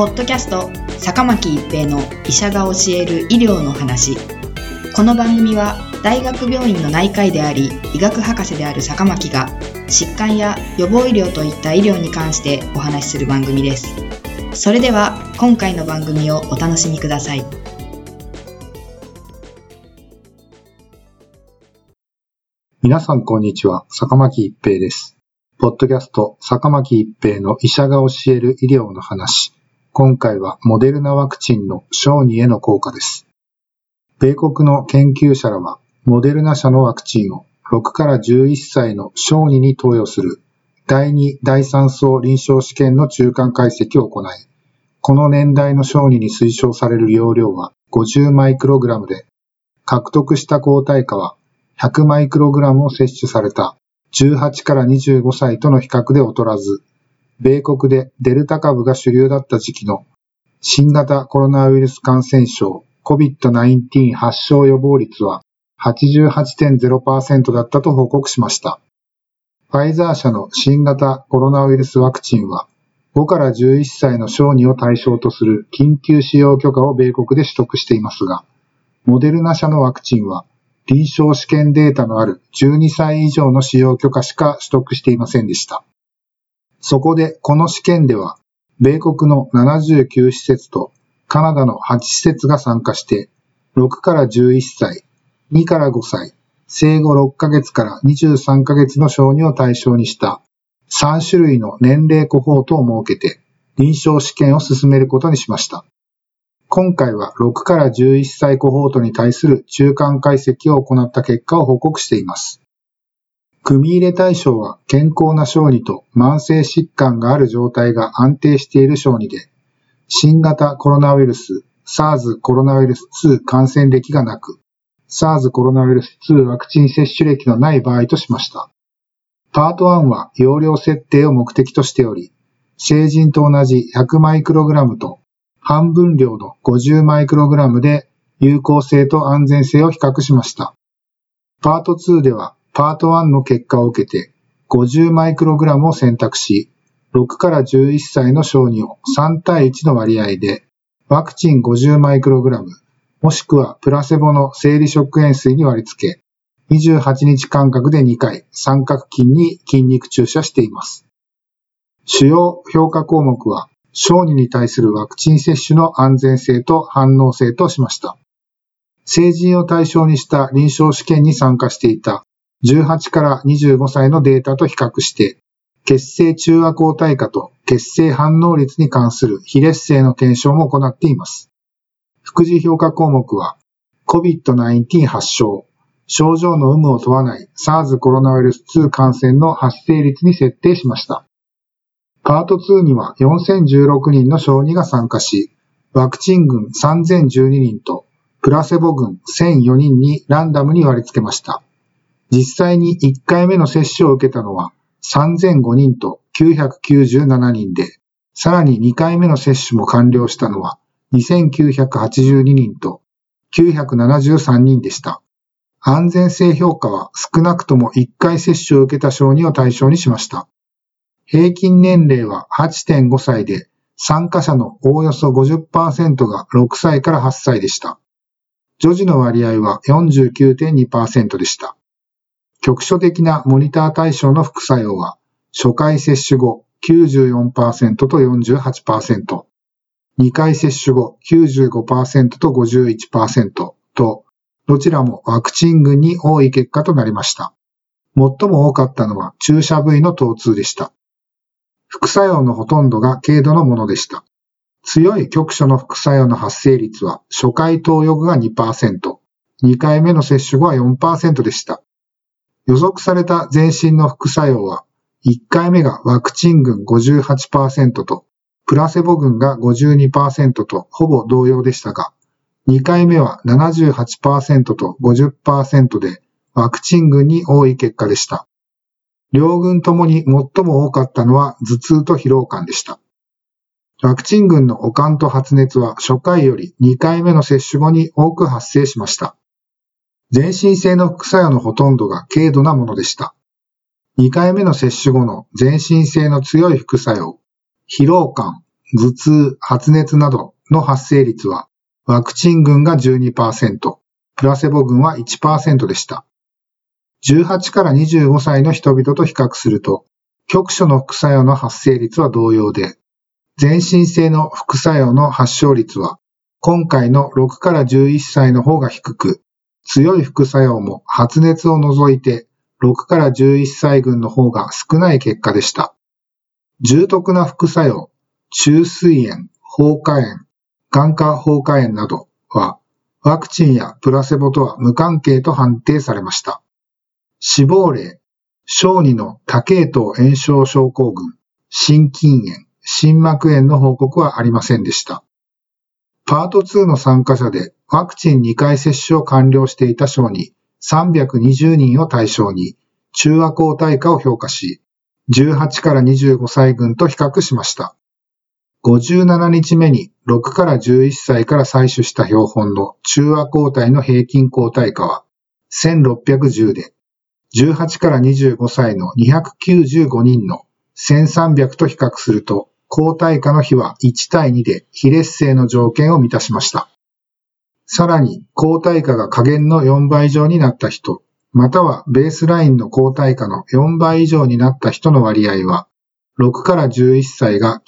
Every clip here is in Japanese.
ポッドキャスト坂巻一平の医者が教える医療の話。この番組は大学病院の内科医であり医学博士である坂巻が疾患や予防医療といった医療に関してお話しする番組です。それでは今回の番組をお楽しみください。 皆さんこんにちは、坂巻一平です。ポッドキャスト坂巻一平の医者が教える医療の話。今回はモデルナワクチンの小児への効果です。米国の研究者らはモデルナ社のワクチンを6から11歳の小児に投与する第2、第3相臨床試験の中間解析を行い、この年代の小児に推奨される容量は50マイクログラムで、獲得した抗体価は100マイクログラムを摂取された18から25歳との比較で劣らず、米国でデルタ株が主流だった時期の新型コロナウイルス感染症 COVID-19 発症予防率は 88.0% だったと報告しました。ファイザー社の新型コロナウイルスワクチンは5から11歳の小児を対象とする緊急使用許可を米国で取得していますが、モデルナ社のワクチンは臨床試験データのある12歳以上の使用許可しか取得していませんでした。そこでこの試験では、米国の79施設とカナダの8施設が参加して、6から11歳、2から5歳、生後6ヶ月から23ヶ月の小児を対象にした3種類の年齢コホートを設けて、臨床試験を進めることにしました。今回は6から11歳コホートに対する中間解析を行った結果を報告しています。組入れ対象は健康な小児と慢性疾患がある状態が安定している小児で、新型コロナウイルス SARS コロナウイルス2感染歴がなく、SARS コロナウイルス2ワクチン接種歴のない場合としました。パート1は容量設定を目的としており、成人と同じ100マイクログラムと半分量の50マイクログラムで有効性と安全性を比較しました。パート2ではパート1の結果を受けて50マイクログラムを選択し、6から11歳の小児を3対1の割合でワクチン50マイクログラムもしくはプラセボの生理食塩水に割り付け、28日間隔で2回三角筋に筋肉注射しています。主要評価項目は小児に対するワクチン接種の安全性と反応性としました。成人を対象にした臨床試験に参加していた18から25歳のデータと比較して、血清中和抗体価と血清反応率に関する非劣性の検証も行っています。副次評価項目は COVID-19 発症、症状の有無を問わない SARS コロナウイルス2感染の発生率に設定しました。パート2には4016人の小児が参加し、ワクチン群3012人とプラセボ群1004人にランダムに割り付けました。実際に1回目の接種を受けたのは3005人と997人で、さらに2回目の接種も完了したのは2982人と973人でした。安全性評価は少なくとも1回接種を受けた小児を対象にしました。平均年齢は 8.5 歳で、参加者のおおよそ 50% が6歳から8歳でした。女児の割合は 49.2% でした。局所的なモニター対象の副作用は、初回接種後 94% と 48%、2回接種後 95% と 51% と、どちらもワクチン群に多い結果となりました。最も多かったのは注射部位の疼痛でした。副作用のほとんどが軽度のものでした。強い局所の副作用の発生率は初回投与後が 2%、2回目の接種後は 4% でした。予測された全身の副作用は1回目がワクチン群 58% とプラセボ群が 52% とほぼ同様でしたが、2回目は 78% と 50% でワクチン群に多い結果でした。両群ともに最も多かったのは頭痛と疲労感でした。ワクチン群の悪寒と発熱は初回より2回目の接種後に多く発生しました。全身性の副作用のほとんどが軽度なものでした。2回目の接種後の全身性の強い副作用、疲労感、 頭痛、発熱などの発生率は、ワクチン群が 12%、プラセボ群は 1% でした。18から25歳の人々と比較すると、局所の副作用の発生率は同様で、全身性の副作用の発症率は、今回の6から11歳の方が低く、強い副作用も発熱を除いて、6から11歳群の方が少ない結果でした。重篤な副作用、虫垂炎、放火炎、眼科放火炎などは、ワクチンやプラセボとは無関係と判定されました。死亡例、小児の多系統炎症症候群、心筋炎、心膜炎の報告はありませんでした。パート2の参加者でワクチン2回接種を完了していた小児320人を対象に中和抗体価を評価し、18から25歳群と比較しました。57日目に6から11歳から採取した標本の中和抗体の平均抗体価は1610で、18から25歳の295人の1300と比較すると、抗体価の比は1対2で非劣性の条件を満たしました。さらに、抗体価が下限の4倍以上になった人、またはベースラインの抗体価の4倍以上になった人の割合は、6から11歳が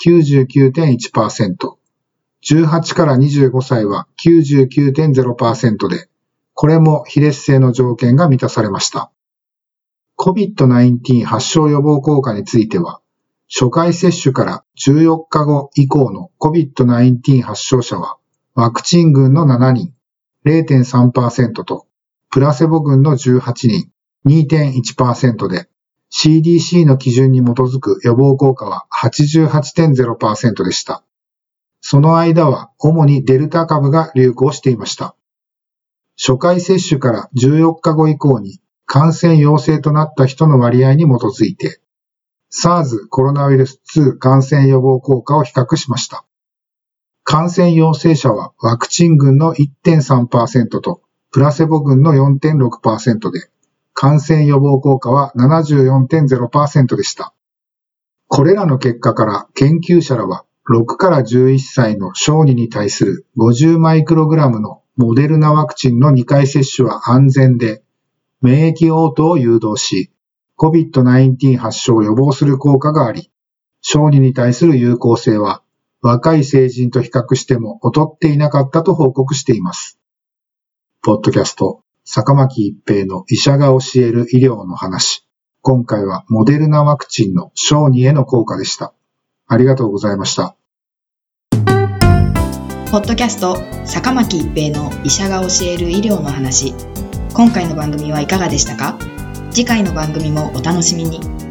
99.1%、18から25歳は 99.0% で、これも非劣性の条件が満たされました。COVID-19 発症予防効果については、初回接種から14日後以降の COVID-19 発症者は、ワクチン群の7人、0.3% と、プラセボ群の18人、2.1% で、CDC の基準に基づく予防効果は 88.0% でした。その間は主にデルタ株が流行していました。初回接種から14日後以降に感染陽性となった人の割合に基づいて、SARS コロナウイルス2感染予防効果を比較しました。感染陽性者はワクチン群の 1.3% とプラセボ群の 4.6% で、感染予防効果は 74.0% でした。これらの結果から研究者らは6から11歳の小児に対する50マイクログラムのモデルナワクチンの2回接種は安全で、免疫応答を誘導し、COVID-19 発症を予防する効果があり、小児に対する有効性は若い成人と比較しても劣っていなかったと報告しています。ポッドキャスト、坂巻一平の医者が教える医療の話。今回はモデルナワクチンの小児への効果でした。ありがとうございました。 ポッドキャスト、坂巻一平の医者が教える医療の話。今回の番組はいかがでしたか？次回の番組もお楽しみに。